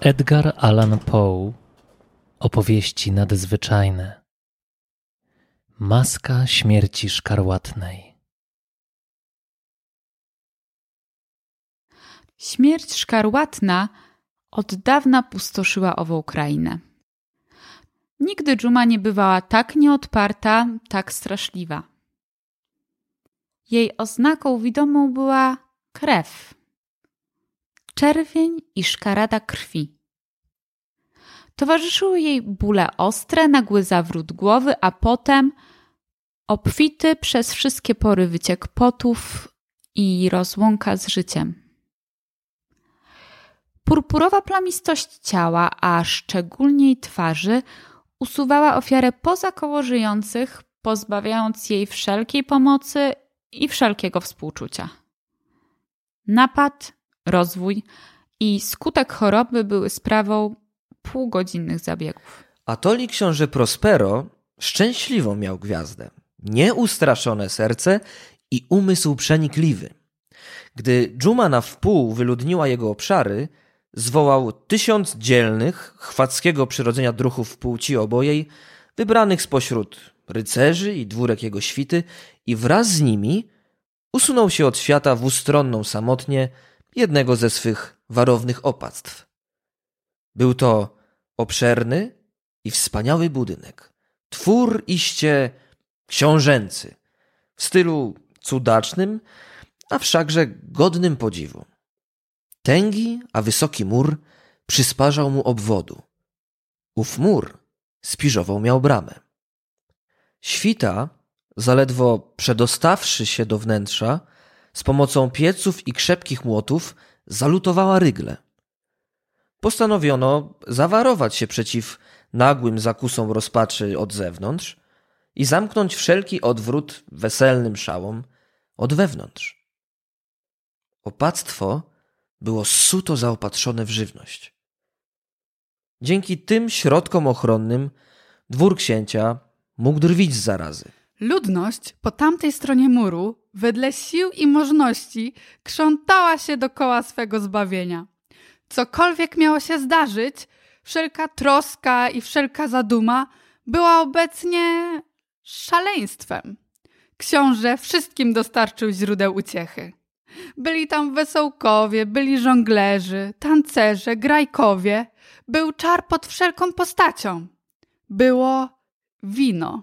Edgar Allan Poe. Opowieści nadzwyczajne. Maska śmierci szkarłatnej. Śmierć szkarłatna od dawna pustoszyła ową krainę. Nigdy dżuma nie bywała tak nieodparta, tak straszliwa. Jej oznaką widomą była krew. Czerwień i szkarada krwi. Towarzyszyły jej bóle ostre, nagły zawrót głowy, a potem obfity przez wszystkie pory wyciek potów i rozłąka z życiem. Purpurowa plamistość ciała, a szczególnie twarzy, usuwała ofiarę poza koło żyjących, pozbawiając jej wszelkiej pomocy i wszelkiego współczucia. Napad, rozwój i skutek choroby były sprawą półgodzinnych zabiegów. Atoli książę Prospero szczęśliwą miał gwiazdę, nieustraszone serce i umysł przenikliwy. Gdy dżuma na wpół wyludniła jego obszary, zwołał 1000 dzielnych, chwackiego przyrodzenia druhów płci obojej, wybranych spośród rycerzy i dwórek jego świty i wraz z nimi usunął się od świata w ustronną samotnie jednego ze swych warownych opactw. Był to obszerny i wspaniały budynek, twór iście książęcy, w stylu cudacznym, a wszakże godnym podziwu. Tęgi, a wysoki mur przysparzał mu obwodu. Ów mur spiżową miał bramę. Świta, zaledwo przedostawszy się do wnętrza, z pomocą pieców i krzepkich młotów zalutowała rygle. Postanowiono zawarować się przeciw nagłym zakusom rozpaczy od zewnątrz i zamknąć wszelki odwrót weselnym szałom od wewnątrz. Opactwo było suto zaopatrzone w żywność. Dzięki tym środkom ochronnym dwór księcia mógł drwić z zarazy. Ludność po tamtej stronie muru, wedle sił i możności, krzątała się dokoła swego zbawienia. Cokolwiek miało się zdarzyć, wszelka troska i wszelka zaduma była obecnie szaleństwem. Książę wszystkim dostarczył źródeł uciechy. Byli tam wesołkowie, byli żonglerzy, tancerze, grajkowie. Był czar pod wszelką postacią. Było wino.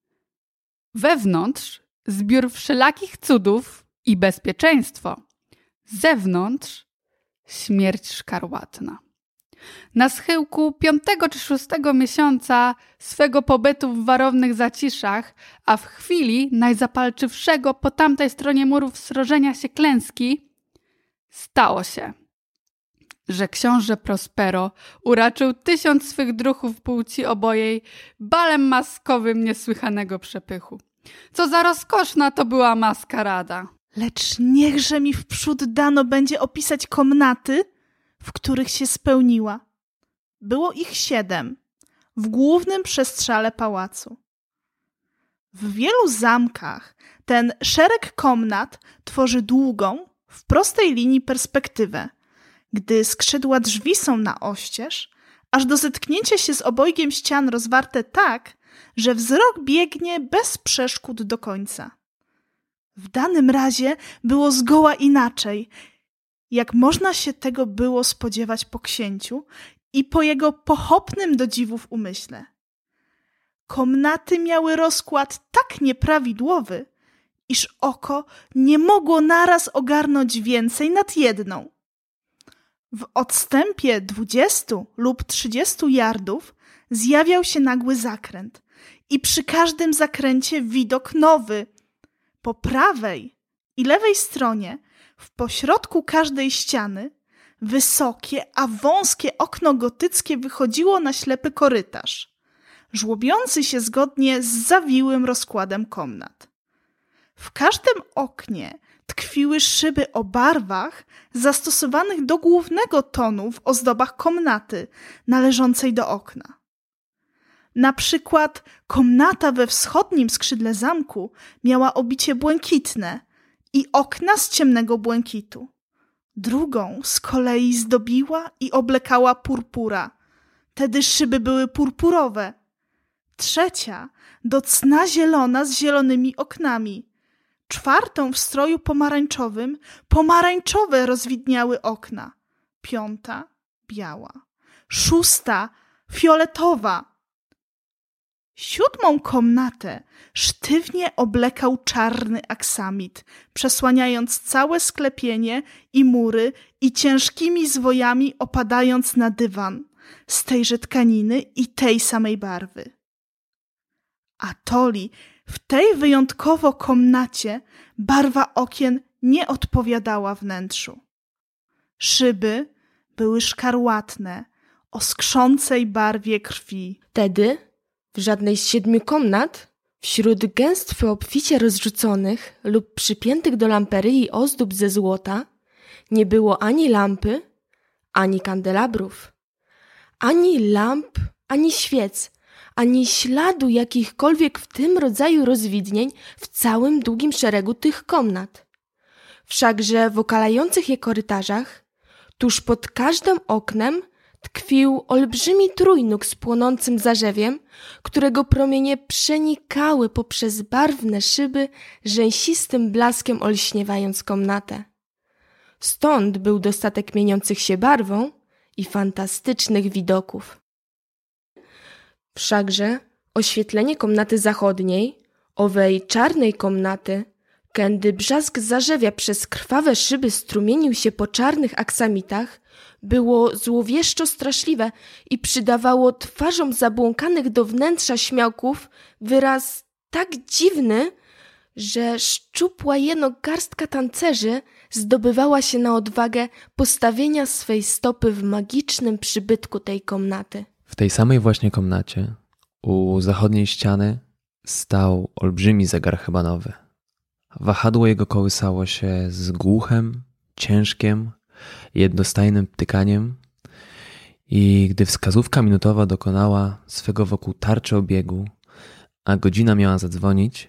Wewnątrz zbiór wszelakich cudów i bezpieczeństwo. Zewnątrz śmierć szkarłatna. Na schyłku 5. czy 6. miesiąca swego pobytu w warownych zaciszach, a w chwili najzapalczywszego po tamtej stronie murów srożenia się klęski, stało się, że książę Prospero uraczył 1000 swych druhów płci obojej balem maskowym niesłychanego przepychu. Co za rozkoszna to była maskarada. Lecz niechże mi wprzód dano będzie opisać komnaty, w których się spełniła. Było ich 7 w głównym przestrzale pałacu. W wielu zamkach ten szereg komnat tworzy długą, w prostej linii perspektywę, gdy skrzydła drzwi są na oścież, aż do zetknięcia się z obojgiem ścian rozwarte tak, że wzrok biegnie bez przeszkód do końca. W danym razie było zgoła inaczej, jak można się tego było spodziewać po księciu i po jego pochopnym do dziwów umyśle. Komnaty miały rozkład tak nieprawidłowy, iż oko nie mogło naraz ogarnąć więcej nad jedną. W odstępie 20 lub 30 yardów zjawiał się nagły zakręt i przy każdym zakręcie widok nowy. Po prawej i lewej stronie, w pośrodku każdej ściany, wysokie, a wąskie okno gotyckie wychodziło na ślepy korytarz, żłobiący się zgodnie z zawiłym rozkładem komnat. W każdym oknie tkwiły szyby o barwach zastosowanych do głównego tonu w ozdobach komnaty należącej do okna. Na przykład komnata we wschodnim skrzydle zamku miała obicie błękitne i okna z ciemnego błękitu. Drugą z kolei zdobiła i oblekała purpura. Tedy szyby były purpurowe. Trzecia do cna zielona z zielonymi oknami. Czwartą w stroju pomarańczowym, pomarańczowe rozwidniały okna. Piąta biała. Szósta fioletowa. Siódmą komnatę sztywnie oblekał czarny aksamit, przesłaniając całe sklepienie i mury i ciężkimi zwojami opadając na dywan z tejże tkaniny i tej samej barwy. A Toli w tej wyjątkowo komnacie barwa okien nie odpowiadała wnętrzu. Szyby były szkarłatne, o skrzącej barwie krwi. Wtedy w żadnej z 7 komnat, wśród gęstwy obficie rozrzuconych lub przypiętych do lamperyi ozdób ze złota, nie było ani lampy, ani kandelabrów, ani lamp, ani świec, ani śladu jakichkolwiek w tym rodzaju rozwidnień w całym długim szeregu tych komnat. Wszakże w okalających je korytarzach, tuż pod każdym oknem, tkwił olbrzymi trójnóg z płonącym zarzewiem, którego promienie przenikały poprzez barwne szyby, rzęsistym blaskiem olśniewając komnatę. Stąd był dostatek mieniących się barwą i fantastycznych widoków. Wszakże oświetlenie komnaty zachodniej, owej czarnej komnaty, kędy brzask zarzewia przez krwawe szyby strumienił się po czarnych aksamitach, było złowieszczo straszliwe i przydawało twarzom zabłąkanych do wnętrza śmiałków wyraz tak dziwny, że szczupła jeno garstka tancerzy zdobywała się na odwagę postawienia swej stopy w magicznym przybytku tej komnaty. W tej samej właśnie komnacie, u zachodniej ściany, stał olbrzymi zegar hebanowy. Wahadło jego kołysało się z głuchem, ciężkiem, jednostajnym ptykaniem i gdy wskazówka minutowa dokonała swego wokół tarczy obiegu, a godzina miała zadzwonić,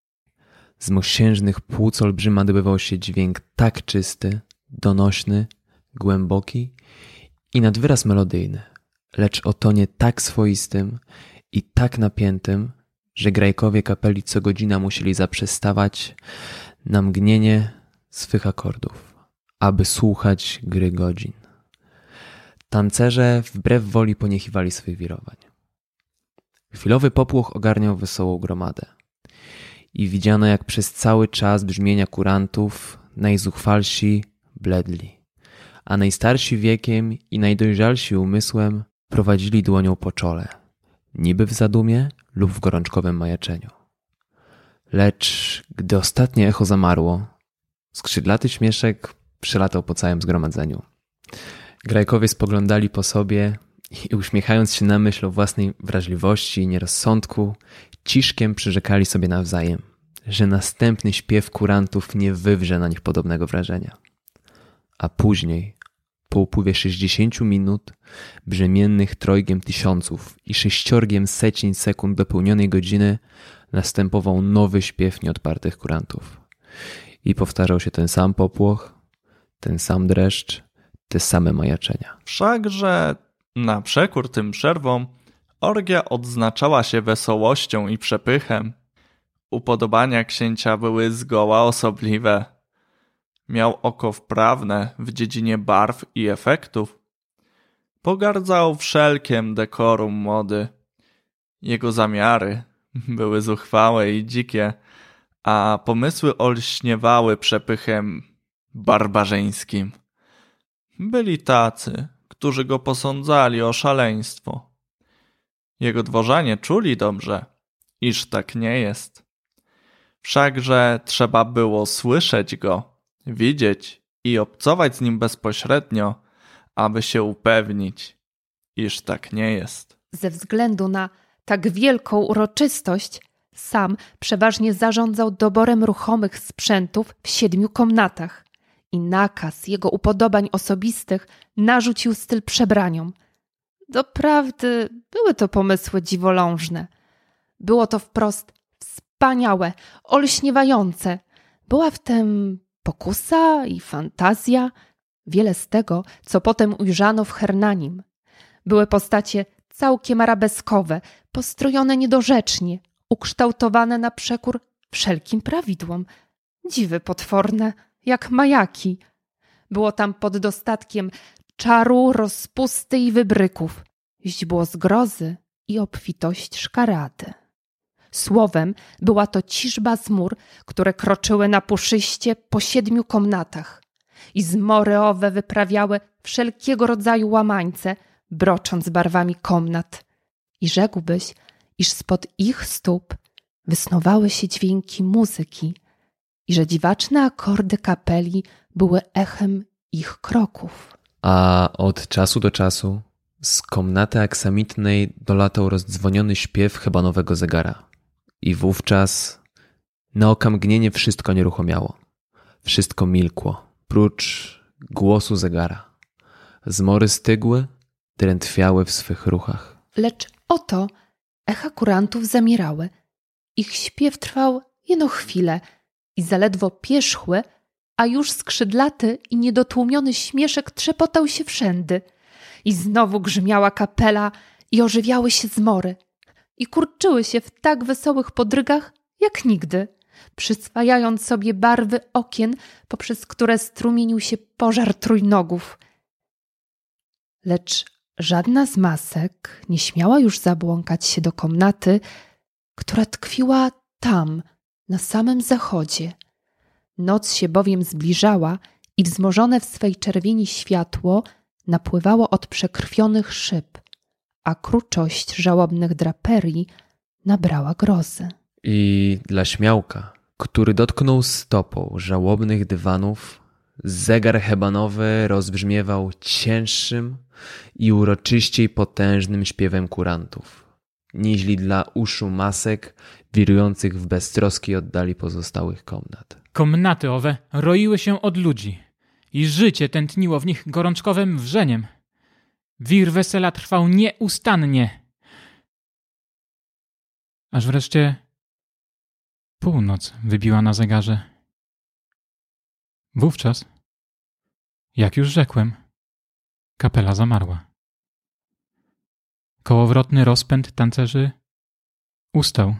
z mosiężnych płuc olbrzyma dobywał się dźwięk tak czysty, donośny, głęboki i nad wyraz melodyjny, lecz o tonie tak swoistym i tak napiętym, że grajkowie kapeli co godzina musieli zaprzestawać na mgnienie swych akordów, aby słuchać gry godzin. Tancerze wbrew woli poniechiwali swych wirowań. Chwilowy popłoch ogarniał wesołą gromadę i widziano, jak przez cały czas brzmienia kurantów najzuchwalsi bledli, a najstarsi wiekiem i najdojrzalsi umysłem prowadzili dłonią po czole, niby w zadumie lub w gorączkowym majaczeniu. Lecz gdy ostatnie echo zamarło, skrzydlaty śmieszek przelatał po całym zgromadzeniu. Grajkowie spoglądali po sobie i uśmiechając się na myśl o własnej wrażliwości i nierozsądku, ciszkiem przyrzekali sobie nawzajem, że następny śpiew kurantów nie wywrze na nich podobnego wrażenia. A później, po upływie 60 minut, brzemiennych trojgiem tysiąców i 6 secin sekund dopełnionej godziny, następował nowy śpiew nieodpartych kurantów. I powtarzał się ten sam popłoch, ten sam dreszcz, te same majaczenia. Wszakże na przekór tym przerwom orgia odznaczała się wesołością i przepychem. Upodobania księcia były zgoła osobliwe. Miał oko wprawne w dziedzinie barw i efektów. Pogardzał wszelkiem dekorum mody. Jego zamiary były zuchwałe i dzikie, a pomysły olśniewały przepychem barbarzyńskim. Byli tacy, którzy go posądzali o szaleństwo. Jego dworzanie czuli dobrze, iż tak nie jest. Wszakże trzeba było słyszeć go, widzieć i obcować z nim bezpośrednio, aby się upewnić, iż tak nie jest. Ze względu na tak wielką uroczystość sam przeważnie zarządzał doborem ruchomych sprzętów w 7 komnatach i nakaz jego upodobań osobistych narzucił styl przebraniom. Doprawdy były to pomysły dziwolążne. Było to wprost wspaniałe, olśniewające. Była w tym pokusa i fantazja, wiele z tego, co potem ujrzano w Hernanim. Były postacie całkiem arabeskowe, postrojone niedorzecznie, ukształtowane na przekór wszelkim prawidłom. Dziwy potworne, jak majaki. Było tam pod dostatkiem czaru, rozpusty i wybryków, źdźbło zgrozy i obfitość szkarady. Słowem, była to ciżba zmór, które kroczyły na puszyście po 7 komnatach i zmory owe wyprawiały wszelkiego rodzaju łamańce, brocząc barwami komnat. I rzekłbyś, iż spod ich stóp wysnuwały się dźwięki muzyki i że dziwaczne akordy kapeli były echem ich kroków. A od czasu do czasu z komnaty aksamitnej dolatał rozdzwoniony śpiew hebanowego zegara. I wówczas na okamgnienie wszystko nieruchomiało. Wszystko milkło, prócz głosu zegara. Zmory stygły, drętwiały w swych ruchach. Lecz oto echa kurantów zamierały. Ich śpiew trwał jeno chwilę i zaledwo pierzchły, a już skrzydlaty i niedotłumiony śmieszek trzepotał się wszędy. I znowu grzmiała kapela i ożywiały się zmory. I kurczyły się w tak wesołych podrygach jak nigdy, przyswajając sobie barwy okien, poprzez które strumienił się pożar trójnogów. Lecz żadna z masek nie śmiała już zabłąkać się do komnaty, która tkwiła tam, na samym zachodzie. Noc się bowiem zbliżała i wzmożone w swej czerwieni światło napływało od przekrwionych szyb, a kruczość żałobnych draperii nabrała grozy. I dla śmiałka, który dotknął stopą żałobnych dywanów, zegar hebanowy rozbrzmiewał cięższym i uroczyściej potężnym śpiewem kurantów, niźli dla uszu masek wirujących w beztroskiej oddali pozostałych komnat. Komnaty owe roiły się od ludzi i życie tętniło w nich gorączkowym wrzeniem. Wir wesela trwał nieustannie, aż wreszcie północ wybiła na zegarze. Wówczas, jak już rzekłem, kapela zamarła. Kołowrotny rozpęd tancerzy ustał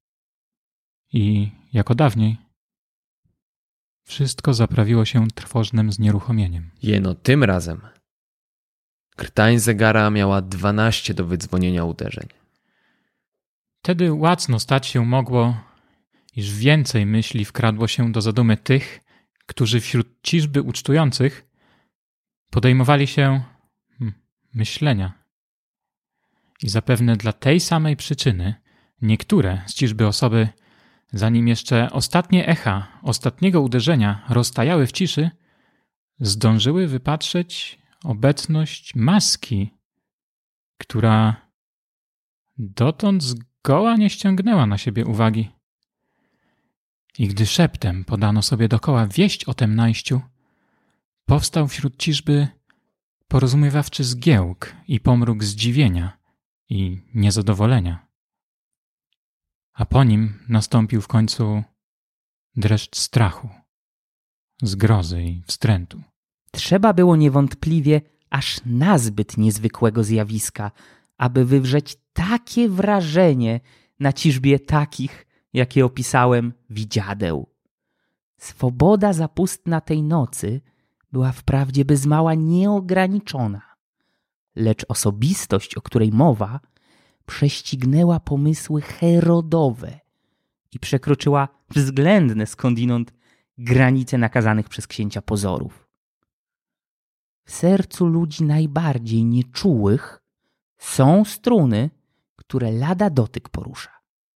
i, jako dawniej, wszystko zaprawiło się trwożnym znieruchomieniem. Jeno tym razem krtań zegara miała 12 do wydzwonienia uderzeń. Wtedy łacno stać się mogło, iż więcej myśli wkradło się do zadumy tych, którzy wśród ciżby ucztujących podejmowali się myślenia. I zapewne dla tej samej przyczyny niektóre z ciżby osoby, zanim jeszcze ostatnie echa ostatniego uderzenia roztajały w ciszy, zdążyły wypatrzeć obecność maski, która dotąd zgoła nie ściągnęła na siebie uwagi. I gdy szeptem podano sobie dokoła wieść o tem najściu, powstał wśród ciżby porozumiewawczy zgiełk i pomruk zdziwienia i niezadowolenia. A po nim nastąpił w końcu dreszcz strachu, zgrozy i wstrętu. Trzeba było niewątpliwie aż nazbyt niezwykłego zjawiska, aby wywrzeć takie wrażenie na ciżbie takich, jakie opisałem, widziadeł. Swoboda zapustna tej nocy była wprawdzie bez mała nieograniczona, lecz osobistość, o której mowa, prześcignęła pomysły herodowe i przekroczyła względne skądinąd granice nakazanych przez księcia pozorów. W sercu ludzi najbardziej nieczułych są struny, które lada dotyk porusza.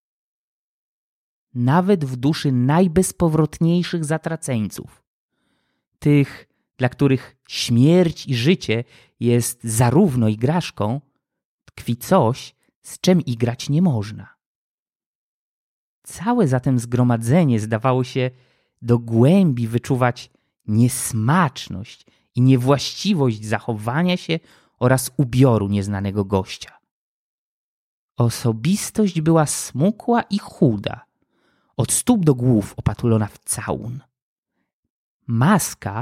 Nawet w duszy najbezpowrotniejszych zatraceńców, tych, dla których śmierć i życie jest zarówno igraszką, tkwi coś, z czym igrać nie można. Całe zatem zgromadzenie zdawało się do głębi wyczuwać niesmaczność i niewłaściwość zachowania się oraz ubioru nieznanego gościa. Osobistość była smukła i chuda, od stóp do głów opatulona w całun. Maska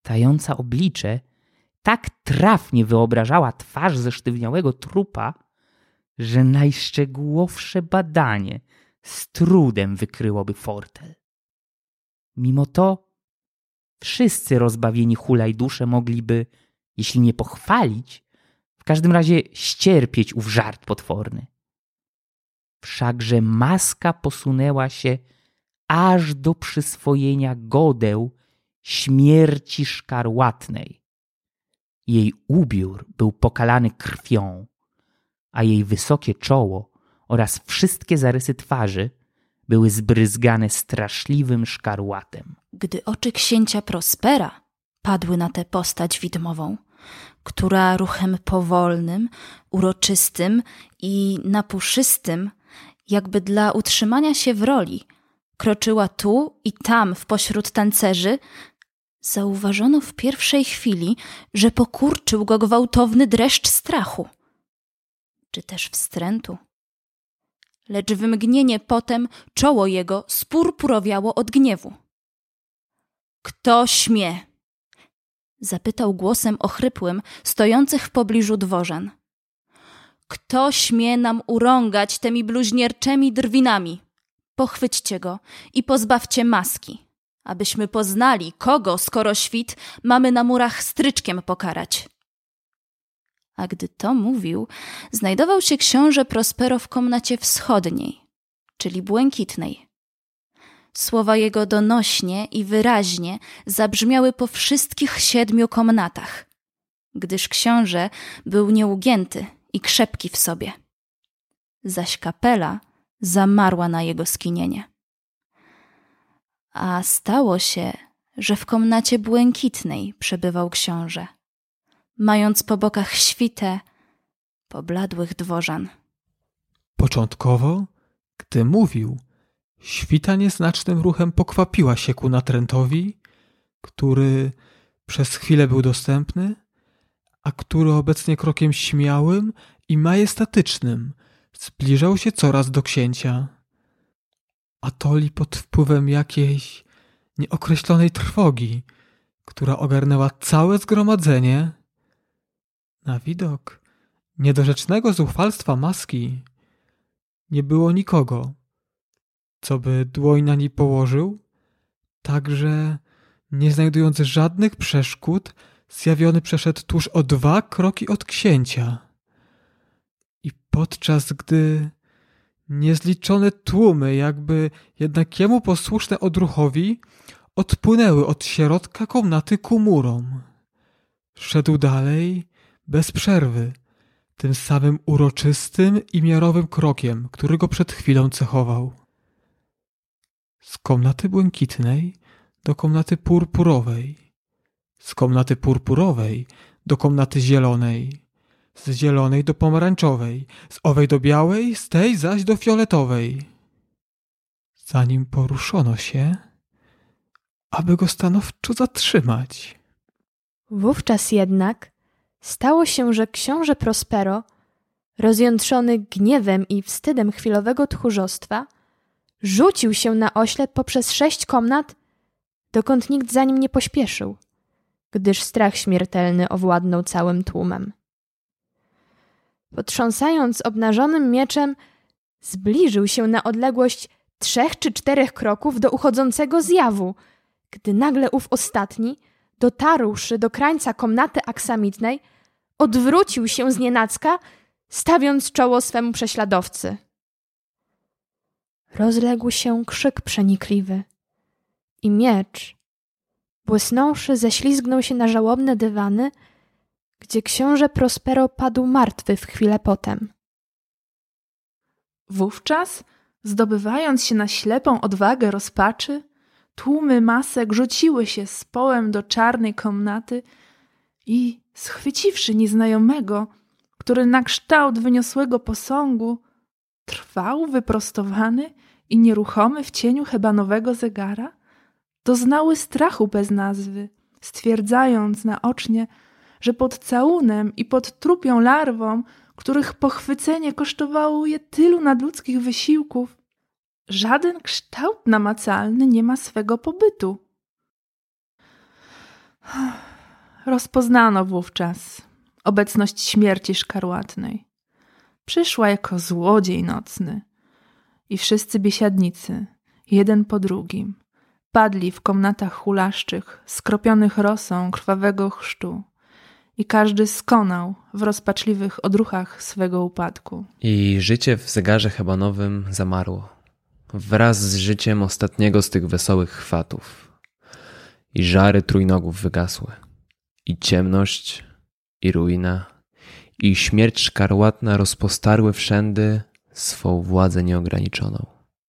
tająca oblicze, tak trafnie wyobrażała twarz zesztywniałego trupa, że najszczegółowsze badanie z trudem wykryłoby fortel. Mimo to wszyscy rozbawieni hulajdusze mogliby, jeśli nie pochwalić, w każdym razie ścierpieć ów żart potworny. Wszakże maska posunęła się aż do przyswojenia godeł śmierci szkarłatnej. Jej ubiór był pokalany krwią, a jej wysokie czoło oraz wszystkie zarysy twarzy były zbryzgane straszliwym szkarłatem. Gdy oczy księcia Prospera padły na tę postać widmową, która ruchem powolnym, uroczystym i napuszystym, jakby dla utrzymania się w roli, kroczyła tu i tam w pośród tancerzy, zauważono w pierwszej chwili, że pokurczył go gwałtowny dreszcz strachu, czy też wstrętu. Lecz wymgnienie potem czoło jego spurpurowiało od gniewu. Kto śmie? Zapytał głosem ochrypłym stojących w pobliżu dworzan. Kto śmie nam urągać tymi bluźnierczemi drwinami? Pochwyćcie go i pozbawcie maski, abyśmy poznali, kogo, skoro świt, mamy na murach stryczkiem pokarać. A gdy to mówił, znajdował się książę Prospero w komnacie wschodniej, czyli błękitnej. Słowa jego donośnie i wyraźnie zabrzmiały po wszystkich 7 komnatach, gdyż książę był nieugięty i krzepki w sobie. Zaś kapela zamarła na jego skinienie. A stało się, że w komnacie błękitnej przebywał książę, mając po bokach świtę pobladłych dworzan. Początkowo, gdy mówił, świta nieznacznym ruchem pokwapiła się ku natrętowi, który przez chwilę był dostępny, a który obecnie krokiem śmiałym i majestatycznym zbliżał się coraz do księcia. Atoli pod wpływem jakiejś nieokreślonej trwogi, która ogarnęła całe zgromadzenie. Na widok niedorzecznego zuchwalstwa maski nie było nikogo, co by dłoń na niej położył, także nie znajdując żadnych przeszkód, zjawiony przeszedł tuż o 2 kroki od księcia. I podczas gdy niezliczone tłumy, jakby jednak jemu posłuszne odruchowi, odpłynęły od środka komnaty ku murom. Szedł dalej bez przerwy, tym samym uroczystym i miarowym krokiem, który go przed chwilą cechował. Z komnaty błękitnej do komnaty purpurowej, z komnaty purpurowej do komnaty zielonej, z zielonej do pomarańczowej, z owej do białej, z tej zaś do fioletowej. Zanim poruszono się, aby go stanowczo zatrzymać. Wówczas jednak stało się, że książę Prospero, rozjątrzony gniewem i wstydem chwilowego tchórzostwa, rzucił się na oślep poprzez 6 komnat, dokąd nikt za nim nie pośpieszył, gdyż strach śmiertelny owładnął całym tłumem. Potrząsając obnażonym mieczem, zbliżył się na odległość 3 czy 4 kroków do uchodzącego zjawu, gdy nagle ów ostatni, dotarłszy do krańca komnaty aksamitnej, odwrócił się znienacka, stawiąc czoło swemu prześladowcy. Rozległ się krzyk przenikliwy i miecz, błysnąwszy, ześlizgnął się na żałobne dywany, gdzie książę Prospero padł martwy w chwilę potem. Wówczas, zdobywając się na ślepą odwagę rozpaczy, tłumy masek rzuciły się z połem do czarnej komnaty i, schwyciwszy nieznajomego, który na kształt wyniosłego posągu trwał wyprostowany i nieruchomy w cieniu hebanowego zegara, doznały strachu bez nazwy, stwierdzając naocznie, że pod całunem i pod trupią larwą, których pochwycenie kosztowało je tylu nadludzkich wysiłków, żaden kształt namacalny nie ma swego pobytu. Rozpoznano wówczas obecność śmierci szkarłatnej. Przyszła jako złodziej nocny i wszyscy biesiadnicy, jeden po drugim, padli w komnatach hulaszczych, skropionych rosą krwawego chrztu i każdy skonał w rozpaczliwych odruchach swego upadku. I życie w zegarze hebanowym zamarło, wraz z życiem ostatniego z tych wesołych chwatów. I żary trójnogów wygasły, i ciemność, i ruina, i śmierć szkarłatna rozpostarły wszędy swą władzę nieograniczoną.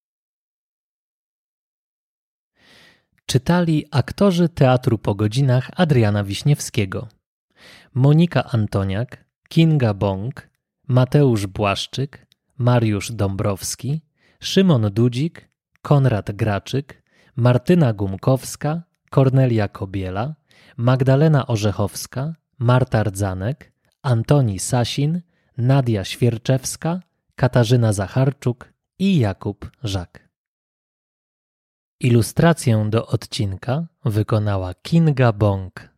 Czytali aktorzy Teatru po godzinach Adriana Wiśniewskiego. Monika Antoniak, Kinga Bąk, Mateusz Błaszczyk, Mariusz Dąbrowski, Szymon Dudzik, Konrad Graczyk, Martyna Gumkowska, Kornelia Kobiela, Magdalena Orzechowska, Marta Rdzanek, Antoni Sasin, Nadia Świerczewska, Katarzyna Zacharczuk i Jakub Żak. Ilustrację do odcinka wykonała Kinga Bąk.